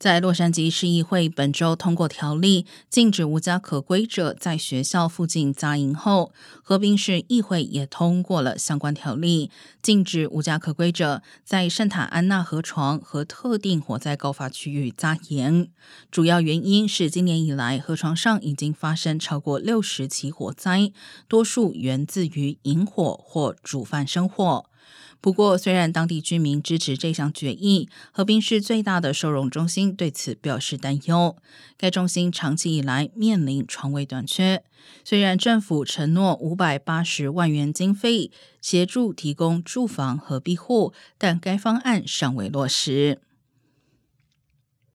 在洛杉矶市议会本周通过条例，禁止无家可归者在学校附近扎营后，河滨市议会也通过了相关条例，禁止无家可归者在圣塔安娜河床和特定火灾高发区域扎营。主要原因是今年以来，河床上已经发生超过60起火灾，多数源自于引火或煮饭生火。不过，虽然当地居民支持这项决议，河滨市最大的收容中心对此表示担忧。该中心长期以来面临床位短缺，虽然政府承诺580万元经费协助提供住房和庇护，但该方案尚未落实。